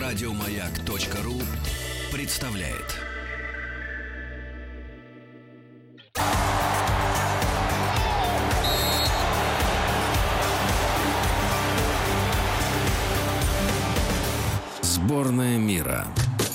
Радиомаяк.ру представляет. Сборная мира.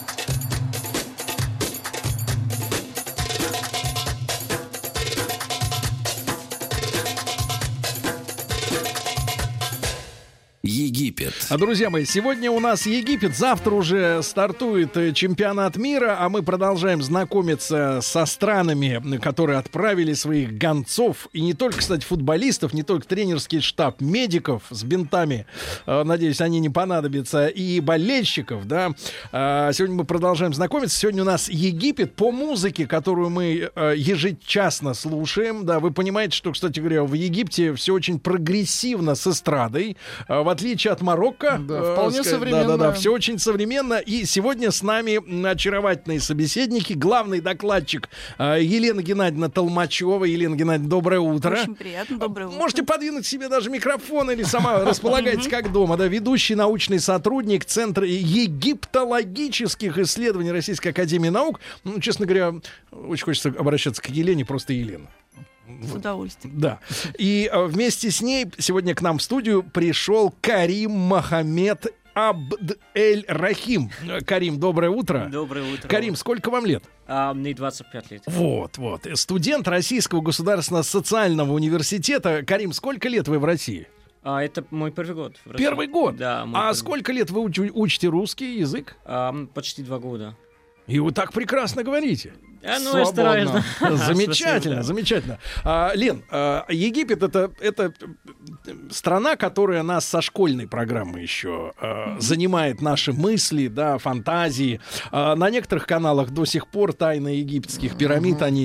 Египет. Друзья мои, сегодня у нас Египет, завтра уже стартует чемпионат мира, а мы продолжаем знакомиться со странами, которые отправили своих гонцов, и не только, кстати, футболистов, не только тренерский штаб, медиков с бинтами, надеюсь, они не понадобятся, и болельщиков, да. Сегодня мы продолжаем знакомиться. Сегодня у нас Египет по музыке, которую мы ежечасно слушаем, да. Вы понимаете, что, кстати говоря, в Египте все очень прогрессивно с эстрадой, в отличие от Марокко. Да, вполне современно. Да, все очень современно. И сегодня с нами очаровательные собеседники. Главный докладчик Елена Геннадьевна Толмачева. Елена Геннадьевна, доброе утро. Очень приятно, доброе утро. Можете подвинуть себе даже микрофон или сама располагайтесь как дома. Да, ведущий научный сотрудник Центра египтологических исследований Российской академии наук. Ну, честно говоря, очень хочется обращаться к Елене, просто Елена. С удовольствием. Да. И вместе с ней сегодня к нам в студию пришел Карим Мохаммед Абд-эль-Рахим. Карим, доброе утро. Доброе утро. Карим, сколько вам лет? Мне 25 лет. Вот. Студент Российского государственного социального университета. Карим, сколько лет вы в России? Это мой первый год. Первый год? Да. Сколько лет вы учите русский язык? Почти 2 года. И вы так прекрасно говорите. Я стараюсь. Замечательно. Лен, Египет это страна, которая нас со школьной программы еще занимает наши мысли, да, фантазии. На некоторых каналах до сих пор тайны египетских пирамид, они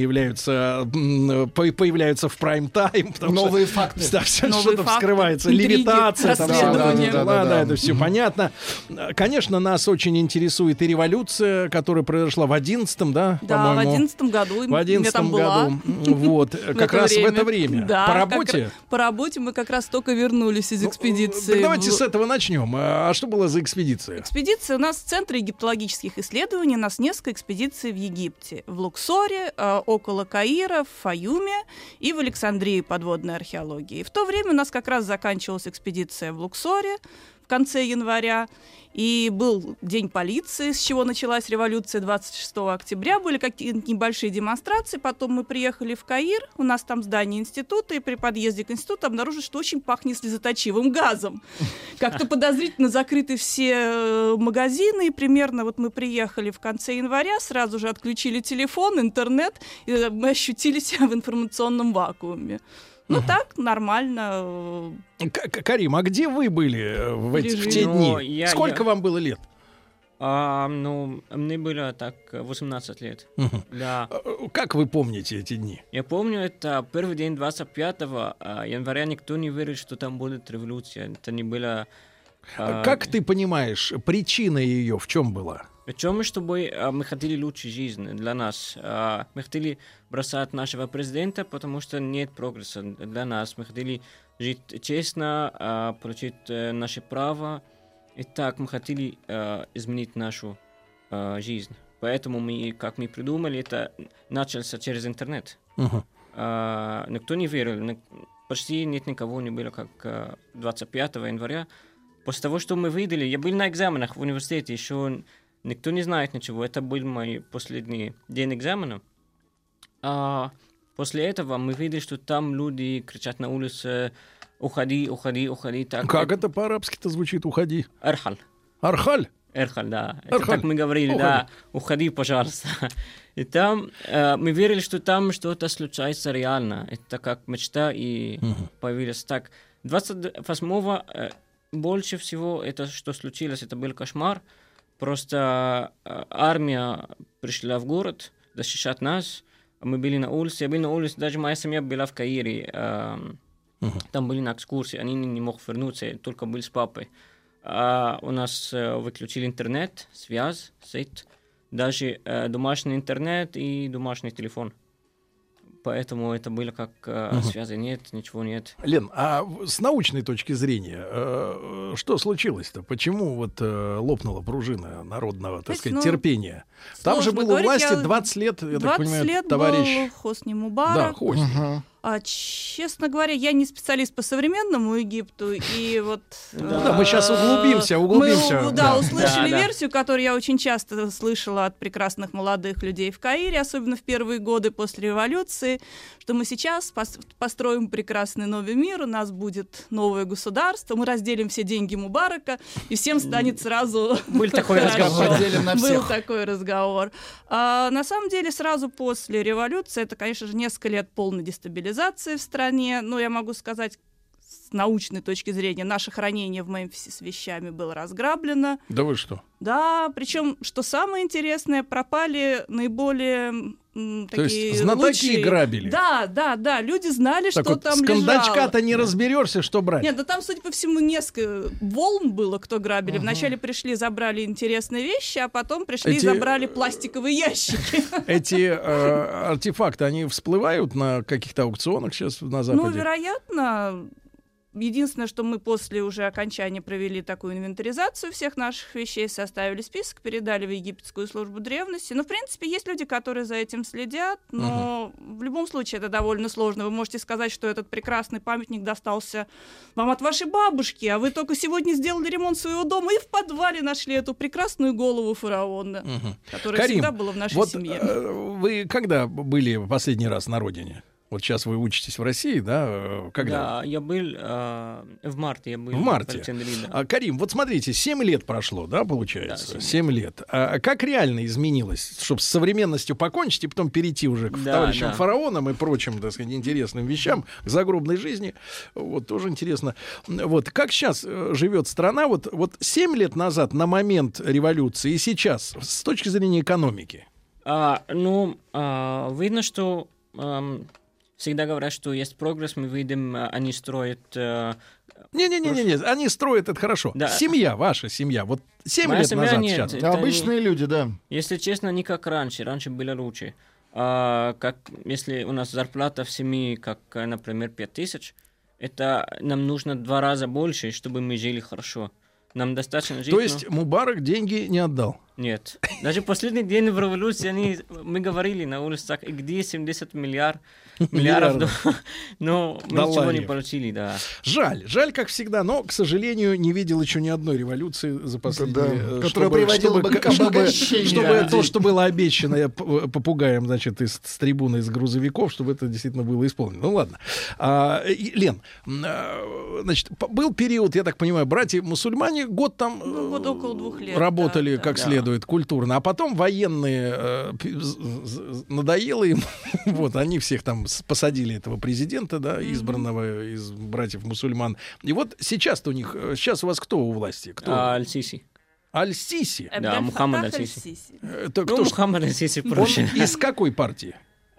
появляются в прайм-тайм. Новые факты. Да, все что-то вскрывается. Левитация. Да, это все понятно. Конечно, нас очень интересует и революция, которая произошла в 11-м, да, по-моему. В 11-м году. В 11-м году. Вот, как раз в это время. Да, по работе? По работе мы как раз только вернулись из экспедиции. Так давайте с этого начнем. А что было за экспедиция? Экспедиция у нас в Центре египтологических исследований. У нас несколько экспедиций в Египте. В Луксоре, около Каира, в Фаюме и в Александрии подводной археологии. И в то время у нас как раз заканчивалась экспедиция в Луксоре в конце января. И был День полиции, с чего началась революция 26 октября. Были какие-то небольшие демонстрации. Потом мы приехали в Каир. У нас там здание института. И при подъезде к институту обнаружили, что очень пахнет слезоточивым газом. Как-то подозрительно закрыты все магазины. И примерно вот мы приехали в конце января. Сразу же отключили телефон, интернет. И мы ощутили себя в информационном вакууме. Ну так, нормально. Карим, а где вы были в те дни? Сколько вам было лет? Мне было так 18 лет. Да. Как вы помните эти дни? Я помню, это первый день 25 января. Никто не верил, что там будет революция. Это не было... Как ты понимаешь, причина ее в чем была? Причем, чтобы мы хотели лучшей жизни для нас. Мы хотели бросать нашего президента, потому что нет прогресса для нас. Мы хотели жить честно, получить наши права. И так мы хотели изменить нашу жизнь. Поэтому мы придумали, это началось через интернет. Никто не верил. Почти нет никого не было, как 25 января. После того, что мы видели, я был на экзаменах в университете, еще никто не знает ничего. Это был мой последний день экзамена. После этого мы видели, что там люди кричат на улице: «Уходи, уходи, уходи». Так, как это по-арабски-то звучит «уходи»? Эрхаль. Архаль? Эрхаль, да. Это так мы говорили, уходи. Да. Уходи, пожалуйста. И там мы верили, что там что-то случается реально. Это как мечта, и появилось так. 28-го больше всего это, что случилось, это был кошмар. Просто армия пришла в город защищать нас. Мы были на улице. Я был на улице, даже моя семья была в Каире. Там были на экскурсии. Они не мог вернуться, я только был с папой. У нас выключили интернет, связь, сеть. Даже домашний интернет и домашний телефон. поэтому это было как связи нет, ничего нет. Лен, а с научной точки зрения, что случилось-то? Почему вот лопнула пружина народного, так сказать, терпения? Там же был у власти 20 лет, я так понимаю, 20 лет товарищ... был Хосни Мубарак. Да, Хосни. Честно говоря, я не специалист по современному Египту, и вот... Да, мы сейчас углубимся. Мы, услышали версию, которую я очень часто слышала от прекрасных молодых людей в Каире, особенно в первые годы после революции, что мы сейчас построим прекрасный новый мир, у нас будет новое государство, мы разделим все деньги Мубарака, и всем станет сразу... Был такой разговор. Был такой разговор. На самом деле, сразу после революции, это, конечно же, несколько лет полной дестабилизации в стране. Но я могу сказать, с научной точки зрения, наше хранение в Мемфисе с вещами было разграблено. Да вы что? Да, причем, что самое интересное, пропали наиболее такие то есть знатоки лучшие... грабили? Да, люди знали, так что вот, там с лежало. С кондачка-то не разберешься, что брать. Нет, да там, судя по всему, несколько волн было, кто грабили. Вначале пришли, забрали интересные вещи, а потом пришли и забрали пластиковые ящики. Эти артефакты, они всплывают на каких-то аукционах сейчас на Западе? Ну, вероятно. Единственное, что мы после уже окончания провели такую инвентаризацию всех наших вещей, составили список, передали в египетскую службу древности. Но, в принципе, есть люди, которые за этим следят, но в любом случае это довольно сложно. Вы можете сказать, что этот прекрасный памятник достался вам от вашей бабушки, а вы только сегодня сделали ремонт своего дома и в подвале нашли эту прекрасную голову фараона, которая Карим, всегда была в нашей семье. Вы когда были последний раз на родине? Вот сейчас вы учитесь в России, да? Когда? Да, я был в марте. В марте. Карим, вот смотрите, 7 лет прошло, да, получается? Да, 7 лет. А как реально изменилось, чтобы с современностью покончить и потом перейти уже к товарищам фараонам и прочим, так сказать, интересным вещам, к загробной жизни? Вот тоже интересно. Вот как сейчас живет страна? Вот 7 лет назад, на момент революции, и сейчас, с точки зрения экономики? Видно, что... Всегда говорят, что есть прогресс, мы видим, они строят... Не, они строят, это хорошо. Да. Семья, ваша семья, вот 7 Моя лет семья назад нет, сейчас. Это обычные люди, да. Если честно, не как раньше. Раньше было лучше. Как, если у нас зарплата в семье, как, например, 5000, это нам нужно 2 раза больше, чтобы мы жили хорошо. Нам достаточно жить. То есть Мубарак деньги не отдал? Нет. Даже последний день в революции мы говорили на улицах, где 70 миллиардов, но мы ничего не получили, да. Жаль, как всегда, но, к сожалению, не видел еще ни одной революции за последние... Которая приводила бы к обогащению. Чтобы то, что было обещано попугаем, значит, с трибуны, из грузовиков, чтобы это действительно было исполнено. Ну, ладно. Лен, значит, был период, я так понимаю, братья-мусульмане год там около 2 лет работали как следует, культурно, а потом военные надоело им, вот, они всех там посадили этого президента, да, избранного из братьев-мусульман. И вот сейчас-то у них, сейчас у вас кто у власти? Кто? Аль-Сиси. Аль-Сиси? Да, Мухаммад Аль-Сиси. Мухаммад Аль-Сиси проще. Он из какой партии?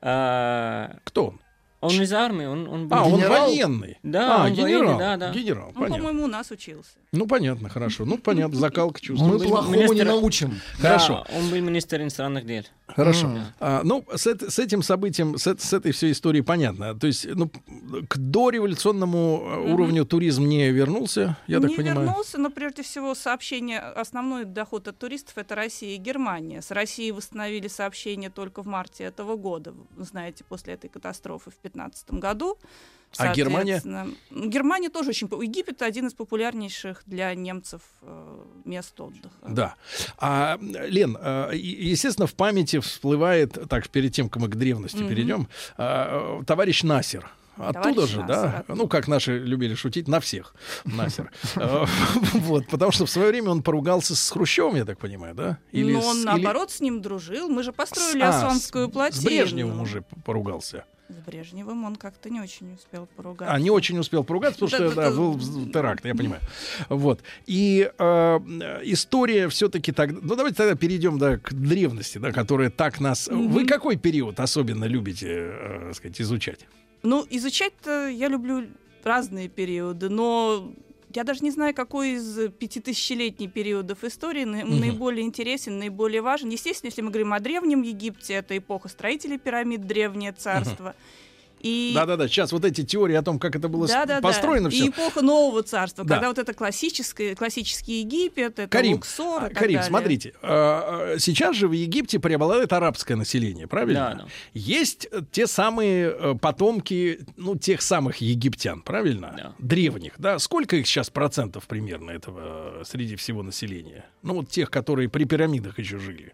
Кто он? Он из армии, он был он военный. Да, он генерал. Военный, да. Генерал, он, по-моему, у нас учился. Ну, понятно, хорошо. Ну, понятно, закалка чувствуется. Мы плохому не научим. Хорошо. Да, он был министр иностранных дел. Хорошо. С этим событием, с этой всей историей понятно. То есть, к дореволюционному уровню туризм не вернулся, я так понимаю? Не вернулся, но прежде всего сообщение, основной доход от туристов — это Россия и Германия. С Россией восстановили сообщение только в марте этого года, вы знаете, после этой катастрофы в 2015 году. А Германия? Германия тоже очень... Египет — один из популярнейших для немцев мест отдыха. Да. Лен, естественно, в памяти всплывает, так, перед тем, как мы к древности перейдем, товарищ Насер. Оттуда же, да? Ну, как наши любили шутить, на всех. Насер. Вот, потому что в свое время он поругался с Хрущевым, я так понимаю, да? Ну, он, наоборот, с ним дружил. Мы же построили Асуанскую плотину. С Брежневым уже поругался. С Брежневым он как-то не очень успел поругаться. Не очень успел поругаться, потому что был теракт, я понимаю. Вот. И история все-таки тогда... Ну, давайте тогда перейдем к древности, да, которая так нас... Вы какой период особенно любите, сказать, изучать? Ну, изучать-то я люблю разные периоды, но я даже не знаю, какой из 5000-летних периодов истории наиболее интересен, наиболее важен. Естественно, если мы говорим о Древнем Египте, это эпоха строителей пирамид, Древнее царство. И... Да-да-да, сейчас вот эти теории о том, как это было построено все. И эпоха Нового Царства, Да. когда вот это классический Египет, это Карим, Луксор и так Карим, далее. смотрите, сейчас же в Египте преобладает арабское население, правильно? Да. Есть те самые потомки, тех самых египтян, правильно? Да. Древних, да? Сколько их сейчас процентов примерно этого среди всего населения? Вот тех, которые при пирамидах еще жили.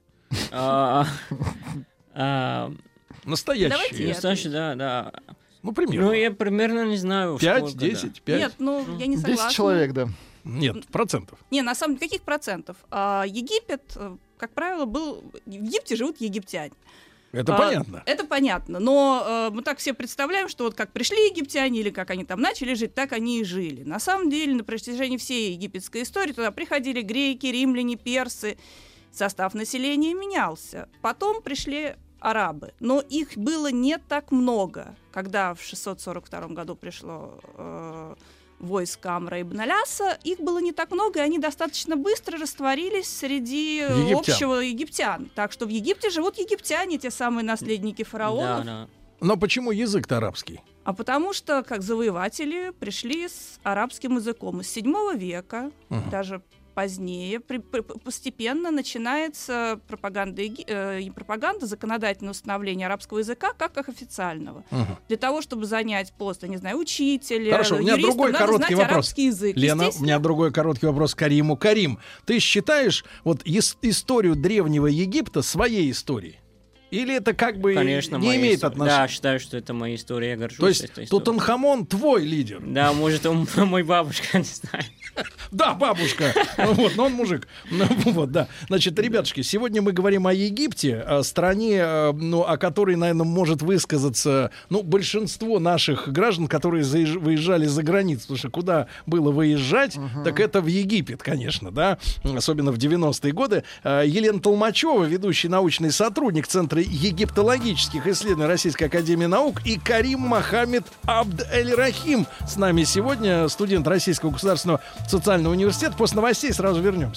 Настоящие. Давайте я Настоящий, да. Примерно. Я примерно не знаю. 5, 10, 5? Нет, я не согласна. 10 человек, да. Нет, процентов. Не, на самом деле, каких процентов? Египет, как правило, был... В Египте живут египтяне. Это понятно. Это понятно, но мы так все представляем, что вот как пришли египтяне или как они там начали жить, так они и жили. На самом деле, на протяжении всей египетской истории туда приходили греки, римляне, персы. Состав населения менялся. Потом пришли арабы, но их было не так много. Когда в 642 году пришло войско Амра ибн Аляса, их было не так много, и они достаточно быстро растворились среди общего египтян. Так что в Египте живут египтяне, те самые наследники фараонов. Да. Но почему язык-то арабский? А потому что, как завоеватели, пришли с арабским языком из 7 века, даже позднее, постепенно начинается пропаганда законодательного установления арабского языка как официального. Для того, чтобы занять пост, я не знаю, учителя, Хорошо, у меня юриста, другой надо короткий знать вопрос. арабский язык. Лена, у меня другой короткий вопрос к Кариму. Карим, ты считаешь историю Древнего Египта своей историей? Или это как бы Конечно, не имеет история. отношения? Да, считаю, что это моя история, я горжусь То есть этой историей. Тутанхамон твой лидер? Да, может, он мой бабушка, не знаю. Да, бабушка. Но он мужик. Да. Значит, ребятушки, сегодня мы говорим о Египте, о стране, о которой, наверное, может высказаться большинство наших граждан, которые выезжали за границу. Потому что куда было выезжать, так это в Египет, конечно, да, особенно в 90-е годы. Елена Толмачева, ведущий научный сотрудник Центра египтологических исследований Российской академии наук, и Карим Мохаммед Абд-эль-Рахим с нами сегодня, студент Российского государственного социального университета. После новостей сразу вернемся.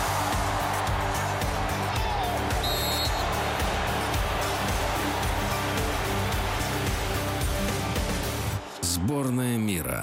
Сборная мира.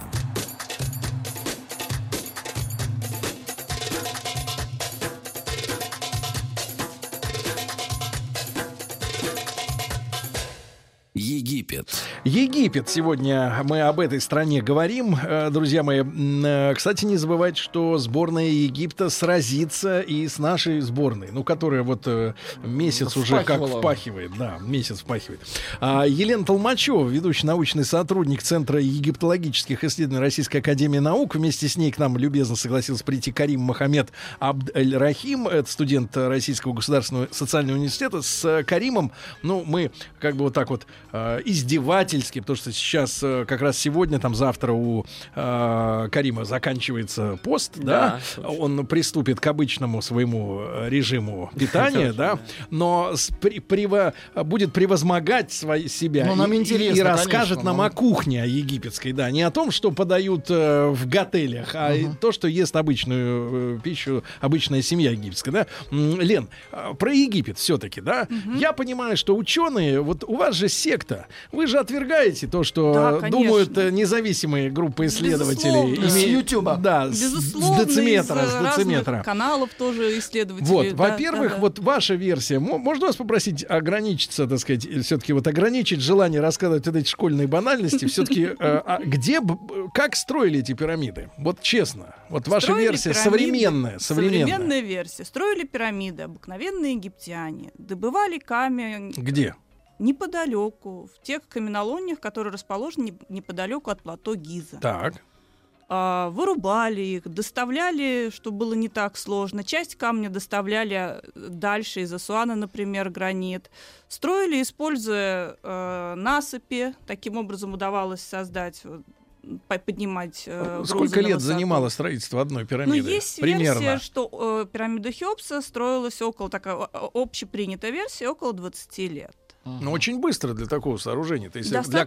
Египет. Египет. Сегодня мы об этой стране говорим. Друзья мои, кстати, не забывайте, что сборная Египта сразится и с нашей сборной, которая месяц уже как впахивает. Да, месяц впахивает. Елена Толмачева, ведущий научный сотрудник Центра египтологических исследований Российской академии наук. Вместе с ней к нам любезно согласился прийти Карим Мохаммед Абд-эль-Рахим. Это студент Российского государственного социального университета. С Каримом, мы как бы издевательски, потому что сейчас как раз сегодня, завтра у Карима заканчивается пост, да, он приступит к обычному своему режиму питания, да, но будет превозмогать себя и расскажет нам о кухне египетской, да, не о том, что подают в готелях, а то, что ест обычную пищу, обычная семья египетская, да. Лен, про Египет все-таки, да, я понимаю, что ученые, у вас же секта, вы же отвергаете то, что думают независимые группы исследователей. С Ютуба. Да, безусловно, с дециметра. Из разных каналов тоже исследователи. Во-первых, ваша версия. Можно вас попросить ограничиться, так сказать, все-таки ограничить желание рассказывать эти школьные банальности. Все-таки как строили эти пирамиды? Честно. Ваша версия современная. Современная версия. Строили пирамиды обыкновенные египтяне. Добывали камень. Где? Неподалеку, в тех каменоломнях, которые расположены неподалеку от плато Гиза. Так. Вырубали их, доставляли, что было не так сложно. Часть камня доставляли дальше из Асуана, например, гранит. Строили, используя насыпи. Таким образом удавалось создать, поднимать грузы. Сколько лет занимало строительство одной пирамиды? Есть примерно версия, что пирамида Хеопса строилась такая общепринятая версия, около 20 лет. Очень быстро для такого сооружения. То есть для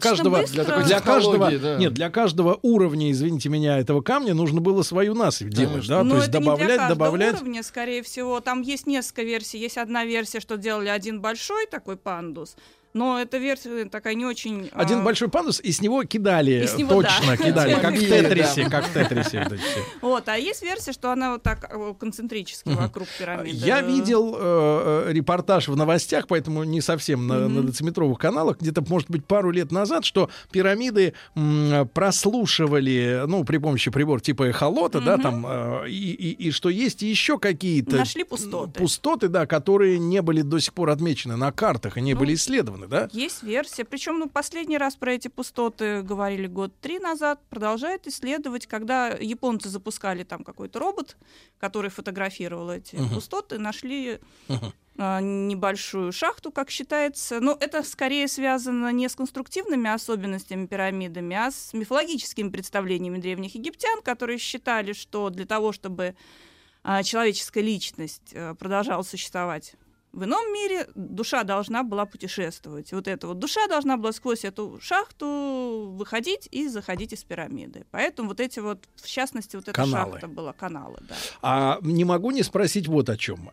каждого уровня, извините меня, этого камня нужно было свою насыпь делать, да? То есть добавлять. Уровня, скорее всего, там есть несколько версий. Есть одна версия, что делали один большой такой пандус, Но эта версия такая не очень... Один большой пандус, и с него кидали. И с него, точно да. кидали, как в Бомбили, Тетрисе. да. Как в Тетрисе. Вот эти все. Вот, а есть версия, что она вот так концентрически вокруг пирамиды. Я видел репортаж в новостях, поэтому не совсем на дециметровых каналах, где-то, может быть, пару лет назад, что пирамиды прослушивали, ну, при помощи прибора типа эхолота, да, там, и что есть еще какие-то... Нашли пустоты. Пустоты, да, которые не были до сих пор отмечены на картах и не были исследованы, да? Есть версия. Причем, последний раз про эти пустоты говорили 3 года назад. Продолжают исследовать, когда японцы запускали там какой-то робот, который фотографировал эти пустоты, нашли небольшую шахту, как считается. Но это скорее связано не с конструктивными особенностями пирамидами, а с мифологическими представлениями древних египтян, которые считали, что для того, чтобы человеческая личность продолжала существовать в ином мире, душа должна была путешествовать. Вот эта вот душа должна была сквозь эту шахту выходить и заходить из пирамиды. Поэтому вот эти вот, в частности, вот эта Каналы. шахта была, каналы, да. А не могу не спросить вот о чем.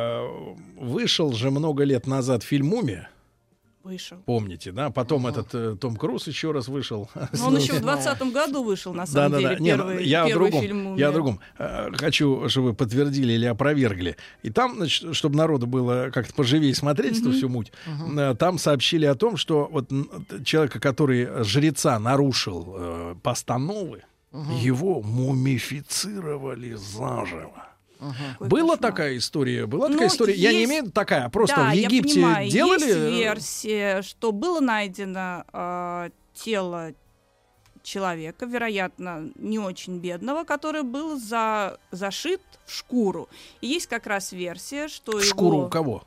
Вышел же много лет назад фильм «Мумия». Вышел. Помните, да? Потом этот Том Круз еще раз вышел. Но он еще в 2020 году вышел, на самом деле, первый фильм «Мумия». Я о другом. Хочу, чтобы вы подтвердили или опровергли. И там, значит, чтобы народу было как-то поживее смотреть эту всю муть, там сообщили о том, что вот человека, который жреца нарушил постановы, его мумифицировали заживо. Была кошмар. такая история? Была такая история? Есть... Я не имею такая, а просто да, в Египте я понимаю, делали... Есть версия, что было найдено тело человека, вероятно, не очень бедного, который был зашит в шкуру. И есть как раз версия, что В его... шкуру у кого?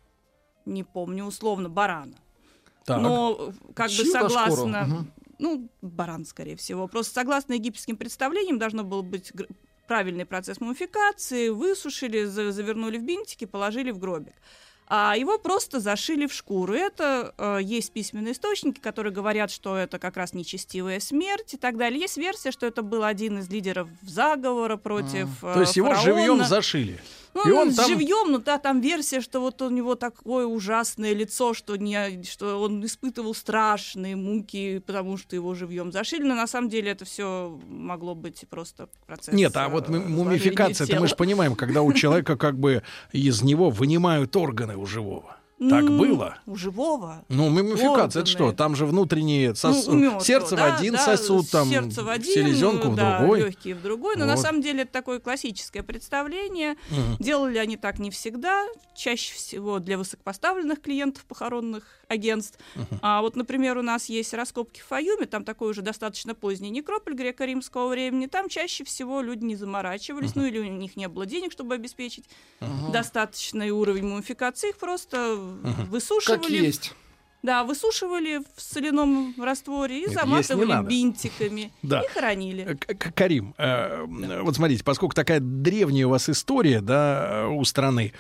Не помню, условно, барана. Так. Но как бы Чьи-то согласно... шкуру? Ну, баран, скорее всего. Просто согласно египетским представлениям должно было быть правильный процесс мумификации, высушили, завернули в бинтики, положили в гробик. А его просто зашили в шкуру. Это есть письменные источники, которые говорят, что это как раз нечестивая смерть и так далее. Есть версия, что это был один из лидеров заговора против То есть его фараона. живьем зашили. Ну, И он там... живьем, но да, там версия, что вот у него такое ужасное лицо, что он испытывал страшные муки, потому что его живьем зашили. Но на самом деле это все могло быть просто процесс. Нет, а вот мумификация, это мы же понимаем, когда у человека как бы из него вынимают органы у живого. Так было? У живого. Ну, мумификация, это что? Органы. Там же внутренние У мёртвого, сердце в один сосуд, там сердце в один, селезенку в да, другой. легкие в другой. Но Вот. на самом деле это такое классическое представление. Делали они так не всегда, чаще всего для высокопоставленных клиентов похоронных агентств. А вот, например, у нас есть раскопки в Фаюме, там такой уже достаточно поздний некрополь греко-римского времени. Там чаще всего люди не заморачивались, ну или у них не было денег, чтобы обеспечить достаточный уровень мумификации. Их просто высушивали. Как есть. Да, высушивали в соляном растворе и Нет, есть заматывали не надо. бинтиками Да. и хоронили. Карим, вот смотрите, поскольку такая древняя у вас история, да, у страны,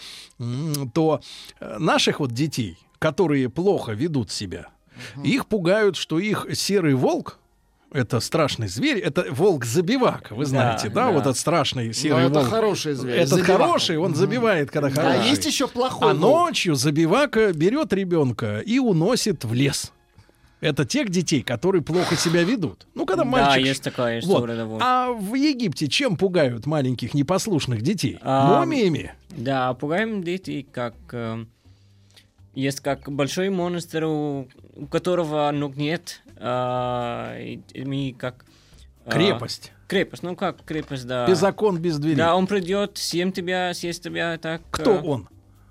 то наших вот детей, которые плохо ведут себя, их пугают, что их серый волк, это страшный зверь, это волк-забивак, вы знаете, да, да. вот этот страшный серый Но это волк. хороший зверь. Этот забивака. хороший, он забивает, когда А хороший. есть еще плохой А волк. ночью забивака берет ребенка и уносит в лес. Это тех детей, которые плохо себя ведут. Ну, когда Да, мальчик... есть такая Вот. история. довольно. А в Египте чем пугают маленьких непослушных детей? А, Мумиями? Да, пугаем дети, как... есть как большой монстр, у которого ног нет. И мы как... Крепость. Крепость, ну как крепость, да. Без окон, без дверей. Да, он придет, съест тебя, так... Кто он?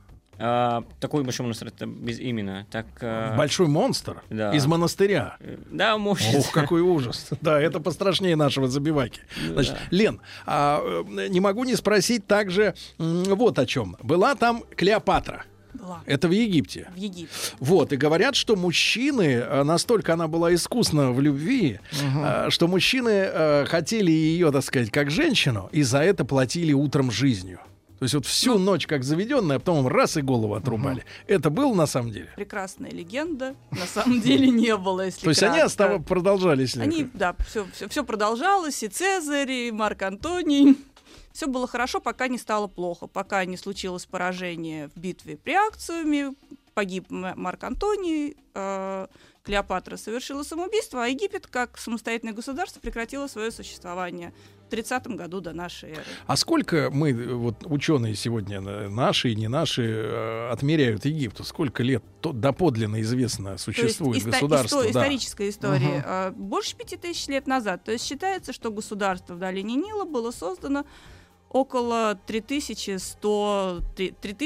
Такой большой монстр, это без имени. Так, Большой монстр? да. Из монастыря? да, может. Ух, какой ужас. Да, это пострашнее нашего забиваки. Значит, Лен, не могу не спросить также вот о чем. Была там Клеопатра. Была. Это в Египте. В Египте. Вот, и говорят, что мужчины, настолько она была искусна в любви, что мужчины хотели ее, так сказать, как женщину, и за это платили утром жизнью. То есть вот всю ночь как заведенная, а потом раз и голову отрубали. Это было на самом деле? Прекрасная легенда. На самом деле не было, если То есть они кратко. продолжались? Они, да, все продолжалось, и Цезарь, и Марк Антоний. Все было хорошо, пока не стало плохо, пока не случилось поражение в битве при Акциуме, погиб Марк Антоний, Клеопатра совершила самоубийство, а Египет, как самостоятельное государство, прекратило свое существование в 30 году до нашей эры. А сколько мы, вот ученые сегодня, наши и не наши, отмеряют Египту? Сколько лет доподлинно известно существует государство? Историческая история. Больше 5000 лет назад. То есть считается, что государство в долине Нила было создано около 3100, то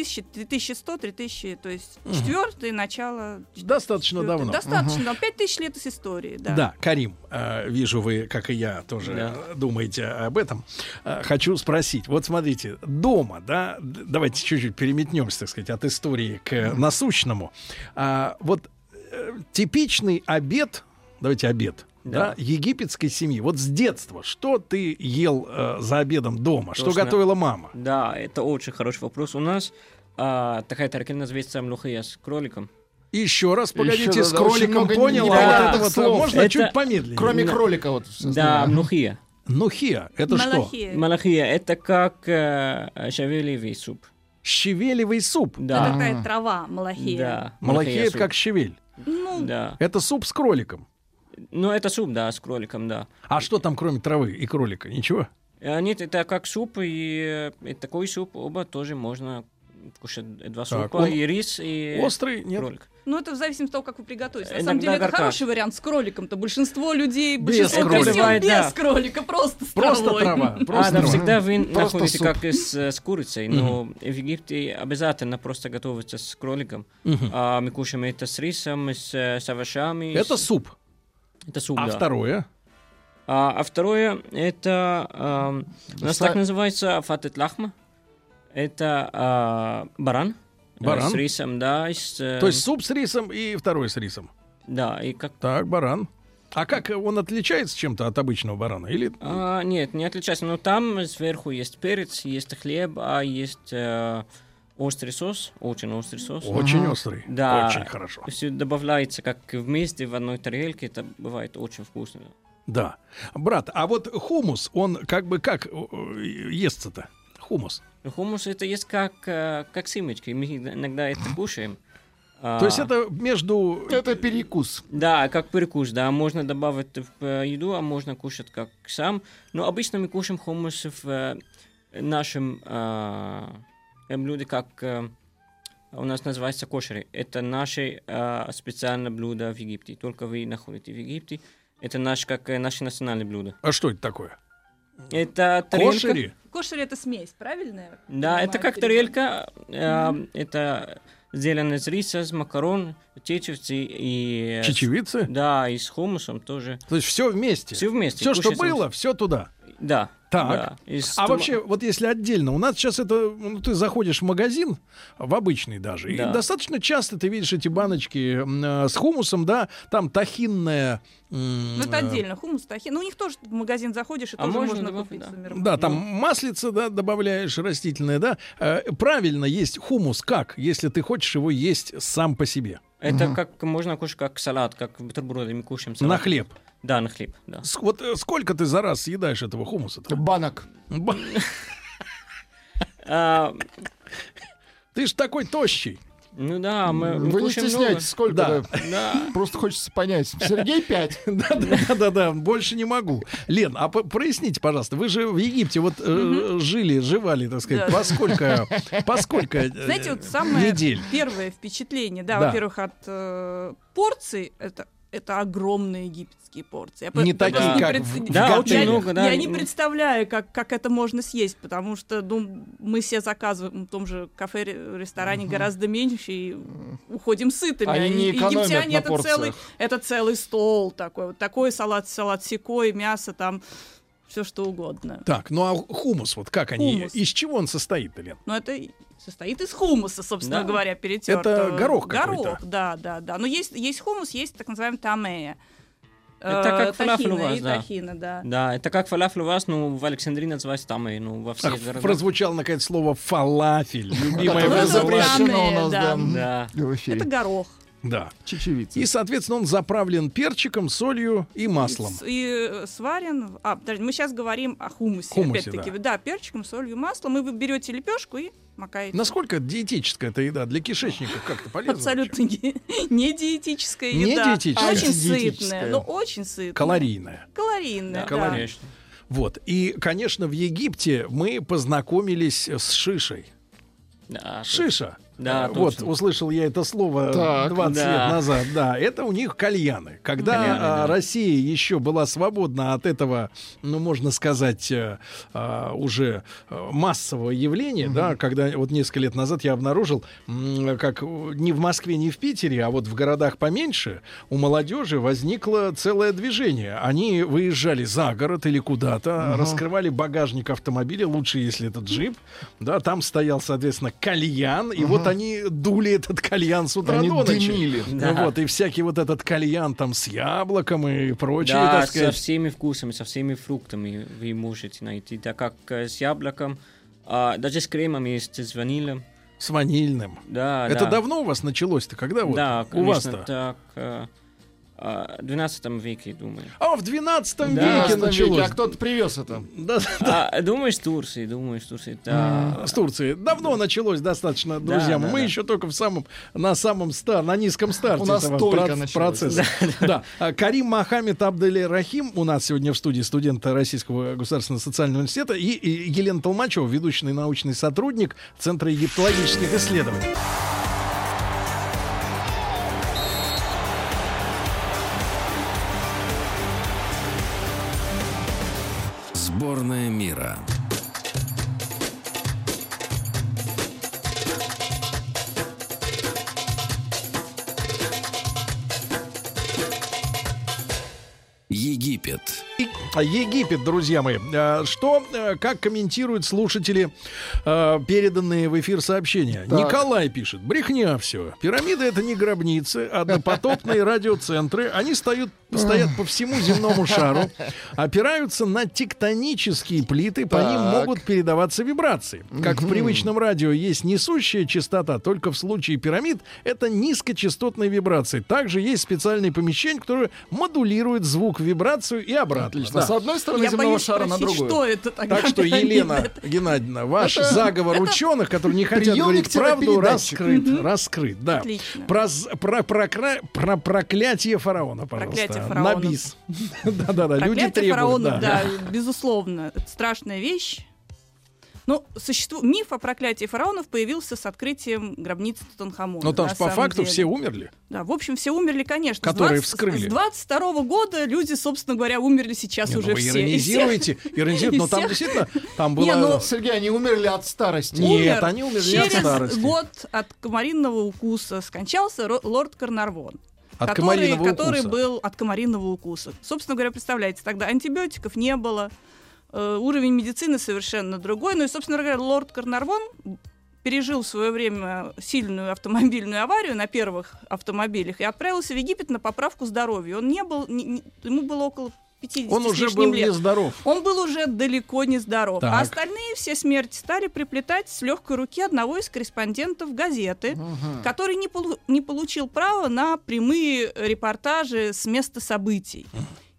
есть четвертое начало. Достаточно давно. Достаточно, 5000 лет из истории. Да, Да, Карим, вижу, вы, как и я, тоже думаете об этом. Хочу спросить, вот смотрите, дома, да, давайте чуть-чуть переметнемся, так сказать, от истории к насущному. Вот типичный обед, давайте обед, да, египетской семьи. Вот с детства, что ты ел за обедом дома? Что готовила мама? Да, это очень хороший вопрос. У нас такая тарелка называется млухия с кроликом. Еще раз, погодите, Еще, с кроликом понял, непонятных а вот это вот слов. можно Это чуть помедленнее. Кроме кролика вот. Да, млухия. Нухия, это что? Малахия. Малахия — это как щавелевый суп. Щавелевый суп. Это Да. такая трава, малахия. Да. Малахия это суп. как щавель. Ну, Да. Это суп с кроликом. Ну, это суп, да, с кроликом, да. А что там, кроме травы и кролика? Ничего? Нет, это как суп, и такой суп оба тоже можно кушать. Два Так, супа, он и рис, и Острый? Нет? кролик. ну, это в зависимости от того, как вы приготовите. На Иногда самом деле, это каркаш. хороший вариант с кроликом-то. Большинство людей, Без большинство кролика. крестьян Бывает, без да. кролика, просто с Просто травой. трава. Просто Да, трава. всегда вы Просто находите суп. как с курицей, но в Египте обязательно просто готовится с кроликом. Мгм. Мы кушаем это с рисом, с овощами. Это суп. Это суп, А да. второе? А второе, это у нас так называется фатет лахма. Это баран. Баран? С рисом, да. То есть суп с рисом и второй с рисом. Да, и как... Так, баран. А как он отличается чем-то от обычного барана? Или Нет, не отличается. Но там сверху есть перец, есть хлеб, а есть острый сос, очень острый сос. очень острый? Да. Очень хорошо. Все добавляется как вместе в одной тарелке, это бывает очень вкусно. Да. Брат, а вот хумус, он как бы как естся-то? Хумус. Хумус это есть как семечки, мы иногда это кушаем. То есть это между... Это перекус. Да, как перекус, да, можно добавить в еду, а можно кушать как сам. Но обычно мы кушаем хумус в нашем блюде, как у нас называется кошери. Это наше специальное блюдо в Египте. Только вы находитесь в Египте. Это наше национальное блюдо. А что это такое? Это тарелка. Кошери? Кошери — это смесь, правильно? я Да, это понимаю, как перевод? тарелка. Это сделано из риса, с макарон, чечевицы и... Чечевицы? Да, и с хумусом тоже. То есть все вместе? Все вместе. Все, что Кушается- было, все туда? Да. Так. Да. И с А тума- вообще, вот если отдельно, у нас сейчас это, ну, ты заходишь в магазин, в обычный даже, и Да. достаточно часто ты видишь эти баночки с хумусом, да, там тахинная... Ну, это отдельно, хумус, тахин. Ну, у них тоже в магазин заходишь, и А тоже можно можно добавить, купить да. в супермаркете. Да, там маслица, да, добавляешь растительное, да. Правильно есть хумус как, если ты хочешь его есть сам по себе? Это как можно кушать как салат, как бутерброды мы кушаем салат. На хлеб. Да, на хлеб, да. Вот сколько ты за раз съедаешь этого хумуса-то? Банок. Ты ж такой тощий. Ну да, мы Вы не кушаем стесняйтесь, сколько? Да. Да. Да. Просто хочется понять. Сергей 5. Да, больше не могу. Лен, а проясните, пожалуйста, вы же в Египте вот жевали, так сказать, Да. по сколько Знаете, вот самое недель? первое впечатление, да, Да. во-первых, от порций, это огромные египетские порции. Не Я такие, просто как не в Да, Гатене. очень много, да. Я не представляю, как это можно съесть, потому что мы все заказываем в том же кафе-ресторане гораздо меньше и уходим сытыми. Они не экономят Египтяне на это целый стол такой. Вот такой салат секой, мясо там, все что угодно. Так, ну а хумус, вот как они, Хумус. из чего он состоит, Лен? Но это состоит из хумуса, собственно Да. говоря, перетертого. Это горох какой-то. Горох, да. Но есть хумус, есть так называемый тамея. Это как фалафель у тахина вас, и да. тахина, да. Да, это как фалафель у вас, но в Александрии называется тамей, ну во всех городах. Прозвучало, наконец, слово фалафель. Любимое Которое это выражение. запрещено у самое, нас, да. да, Да. в эфире. Это горох. Да. Чечевица. И, соответственно, он заправлен перчиком, солью и маслом. И сварен. Подожди, мы сейчас говорим о хумусе. Хумусе, опять-таки, да, перчиком, солью, маслом. И вы берете лепешку и макаете. Насколько диетическая эта еда? Для кишечника как-то полезна? Абсолютно не диетическая Не еда. диетическая. Очень Антидиетическая. сытная. Но очень сытная. Калорийная. Калорийная, да. Конечно. Вот. И, конечно, в Египте мы познакомились с шишей. Да, Шиша. Да, Вот, точно. услышал я это слово Так, 20 да. лет назад. Да, это у них кальяны. Когда Кальяны, да. Россия еще была свободна от этого, ну, можно сказать, уже массового явления, да, когда вот несколько лет назад я обнаружил, как не в Москве, не в Питере, а вот в городах поменьше у молодежи возникло целое движение. Они выезжали за город или куда-то, раскрывали багажник автомобиля, лучше, если это джип, да, там стоял, соответственно, кальян, и вот они дули этот кальян с утра Они до ночи. дымили. Ну вот, и всякий вот этот кальян там с яблоком и прочее, Да, так со сказать. всеми вкусами, со всеми фруктами вы можете найти. Так как с яблоком, даже с кремом есть, с ванилем. С ванильным. Да, Это да. давно у вас началось-то? Когда вот Да, у конечно, вас-то? так, в 12 веке, думаю. А, в 12 Да, веке А началось. кто-то привез это. Да, Думаю, с Турции, да. с Турции. Давно началось достаточно, друзья. да, Мы да. еще только на низком старте У нас этого только началось. процесса. Да. Карим Мохаммед Абдель-Рахим у нас сегодня в студии, студент Российского государственного социального университета, и Елена Толмачева, ведущий научный сотрудник Центра египтологических исследований. Сборная мира. Египет. Египет, друзья мои. Как комментируют слушатели переданные в эфир сообщения? Так. Николай пишет: брехня все. Пирамиды — это не гробницы, а допотопные радиоцентры. Они стоят по всему земному шару, опираются на тектонические плиты, по ним Так. могут передаваться вибрации. Как в привычном радио есть несущая частота, только в случае пирамид это низкочастотные вибрации. Также есть специальные помещения, которые модулируют звук, вибрацию и обратно. Отлично. Да. С одной стороны Я земного боюсь шара на спросить, другую. что это тогда? Так что, Елена Геннадьевна, ваш заговор ученых, которые не хотят приемник говорить правду, телепередатчик. раскрыт. Да. Отлично. Про проклятие фараона, пожалуйста. Проклятие фараонов. На бис. Да-да-да, люди Проклятие требуют. фараонов, Да. да, безусловно, это страшная вещь. Ну, миф о проклятии фараонов появился с открытием гробницы Тутанхамона. Но там на же по самом факту деле. все умерли. Да, в общем, все умерли, конечно. Которые С вскрыли. С 22 года люди, собственно говоря, умерли сейчас Не, уже ну вы все. иронизируете, но там всех- действительно, там Не, было... ну, Сергей, они умерли от старости. Нет, они умерли от Через старости. год от комариного укуса скончался лорд Карнарвон. От комариного который укуса. был от комариного укуса. Собственно говоря, представляете, тогда антибиотиков не было, уровень медицины совершенно другой. Ну и, собственно говоря, лорд Карнарвон пережил в свое время сильную автомобильную аварию на первых автомобилях и отправился в Египет на поправку здоровья. Он не был, ему было около 50 Он с уже лишним был лет. нездоров. Он был уже далеко не здоров. Так. А остальные все смерти стали приплетать с легкой руки одного из корреспондентов газеты, который не получил права на прямые репортажи с места событий.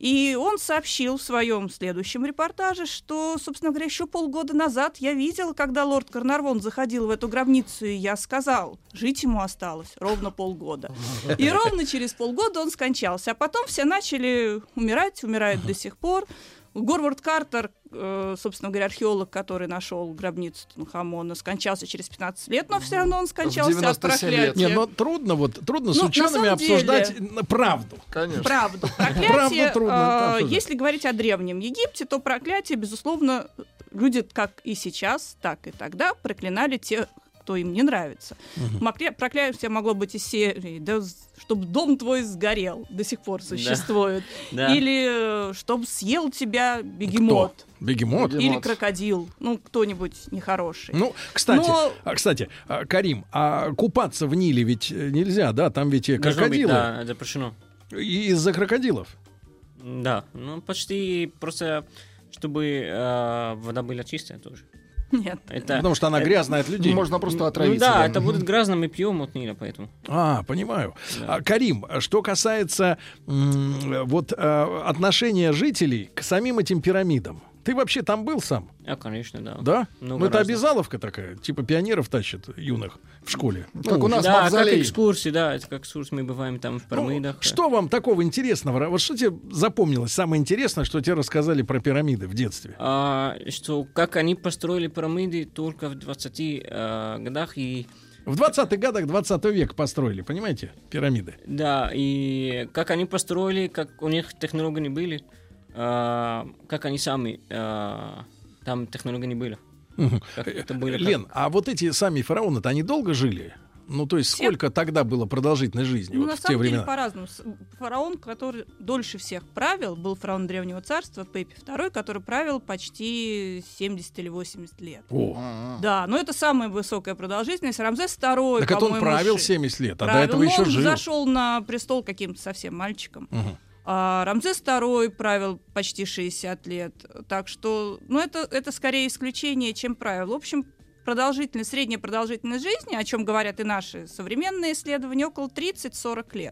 И он сообщил в своем следующем репортаже, что, собственно говоря, еще полгода назад я видел, когда лорд Карнарвон заходил в эту гробницу, и я сказал, жить ему осталось ровно полгода. И ровно через полгода он скончался. А потом все начали умирают до сих пор. Говард Картер, собственно говоря, археолог, который нашел гробницу Тутанхамона, скончался через 15 лет, но все равно он скончался от 97 лет. проклятия. Не, но трудно с Ну, на учеными самом обсуждать правду. Конечно. Правду. Правду Проклятие, трудно обсуждать. если говорить о Древнем Египте, то проклятие, безусловно, люди как и сейчас, так и тогда проклинали тех, кто им не нравится. Проклятие могло быть из серии, да, чтобы дом твой сгорел, до сих пор существует. Да. Или чтобы съел тебя бегемот. Кто? Бегемот? Или крокодил. Ну, кто-нибудь нехороший. Ну, кстати, Но- Карим, а купаться в Ниле ведь нельзя, да? Там ведь Должно быть, крокодилы. да, запрещено. И из-за крокодилов. Да, ну почти просто, чтобы вода была чистая тоже. Нет. Это, Потому что она грязная от людей. Можно просто ну отравиться. да, это будет грязно, мы пьем от Нила, поэтому. Понимаю. Да. Карим, что касается отношения жителей к самим этим пирамидам. Ты вообще там был сам? Конечно, да. Да? Много Ну, это разных. обязаловка такая, типа пионеров тащат юных в школе. Как у нас Да, как мавзолей. экскурсии, да, это как экскурсии, мы бываем там в пирамидах. Что вам такого интересного? Вот что тебе запомнилось? Самое интересное, что тебе рассказали про пирамиды в детстве? Что как они построили пирамиды только в 20 годах и В 20-х годах 20 века построили, понимаете, пирамиды. да, и как они построили, как у них технологии не были, как они сами там технологии не были. Как это были, как- Лен, а вот эти сами фараоны-то, они долго жили? Ну, то есть, сколько тогда было продолжительной жизни Ну, вот на в те самом деле, времена? по-разному. Фараон, который дольше всех правил, был фараон Древнего Царства, Пепи II, который правил почти 70 или 80 лет. О, Да, но это самая высокая продолжительность. Рамзес II, так это он по-моему, правил 70 лет, а до правил, этого но еще он жил. зашел на престол каким-то совсем мальчиком. Мгм. А Рамзес II правил почти 60 лет. Так что, ну, это скорее исключение, чем правило. В общем, средняя продолжительность жизни, о чем говорят и наши современные исследования, около 30-40 лет.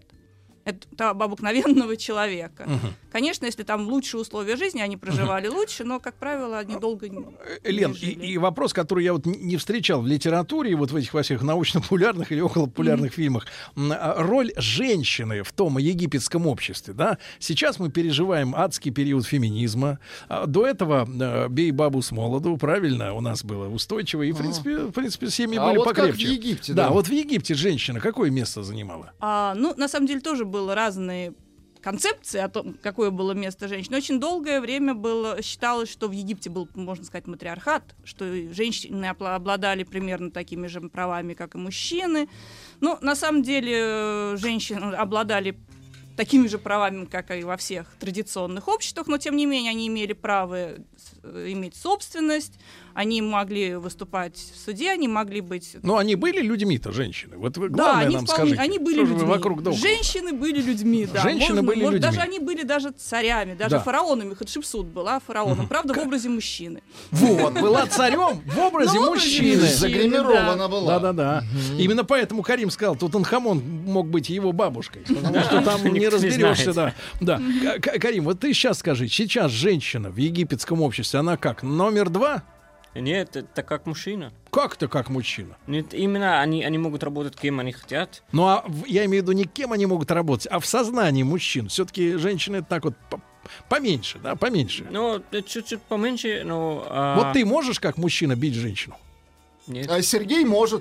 Это об обыкновенного человека. Мгм. Конечно, если там лучшие условия жизни, они проживали лучше, но, как правило, они долго не Лен, жили. и вопрос, который я вот не встречал в литературе, и вот в этих во всех научно-популярных или околопопулярных фильмах, роль женщины в том египетском обществе, да? Сейчас мы переживаем адский период феминизма. До этого бей бабу с молоду, правильно, у нас было устойчиво, и, в принципе, семьи А были вот как покрепче. в Египте, Да, да. вот в Египте женщина какое место занимала? Ну, на самом деле, тоже было разные концепции о том, какое было место женщины. Очень долгое время считалось, что в Египте был, можно сказать, матриархат, что женщины обладали примерно такими же правами, как и мужчины. Но на самом деле женщины обладали такими же правами, как и во всех традиционных обществах, но тем не менее они имели право иметь собственность, они могли выступать в суде, они могли быть... Но они были людьми-то, женщины. Вот вы Да, главное они нам вполне, скажите. они были Что же вы людьми. вокруг да около? Женщины были людьми, да. Женщины были людьми. Даже они были даже царями, даже Да. фараонами. Хатшепсут была фараоном, правда, в образе мужчины. Вот, была царем в образе Ну, в образе мужчины. мужчины. Загримирована была. Да. Именно поэтому Карим сказал, Тутанхамон мог быть его бабушкой, потому что там не Никто не разберешься, да. знает. Карим, вот ты сейчас скажи, сейчас женщина в египетском обществе, она как, номер 2? Нет, это как мужчина. Как ты как мужчина? Нет, именно они могут работать кем они хотят. Ну, а я имею в виду не кем они могут работать, а в сознании мужчин. Все-таки женщины так вот поменьше, да, поменьше. Но чуть-чуть поменьше, но... Вот ты можешь как мужчина бить женщину? Нет, А Сергей может.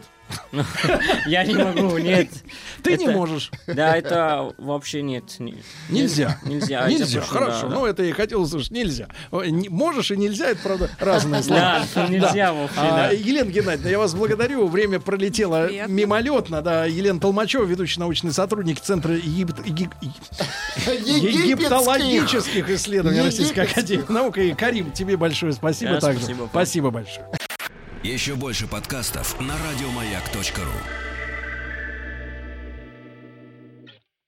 я не могу, нет. Ты не Это- можешь. Да, это вообще нет. Нельзя. Нельзя. Нельзя, это хорошо. да, да. Ну, это я и хотел услышать. Нельзя. Можешь и нельзя, это, правда, разные слова. Да, нельзя вообще, да. Елена Геннадьевна, я вас благодарю. Время пролетело Приятно. мимолетно. Да. Елена Толмачева, ведущий научный сотрудник Центра египтологических исследований Российской Академии Наук. И Карим, тебе большое спасибо Да, также. спасибо. Спасибо большое. Еще больше подкастов на радиомаяк.ру.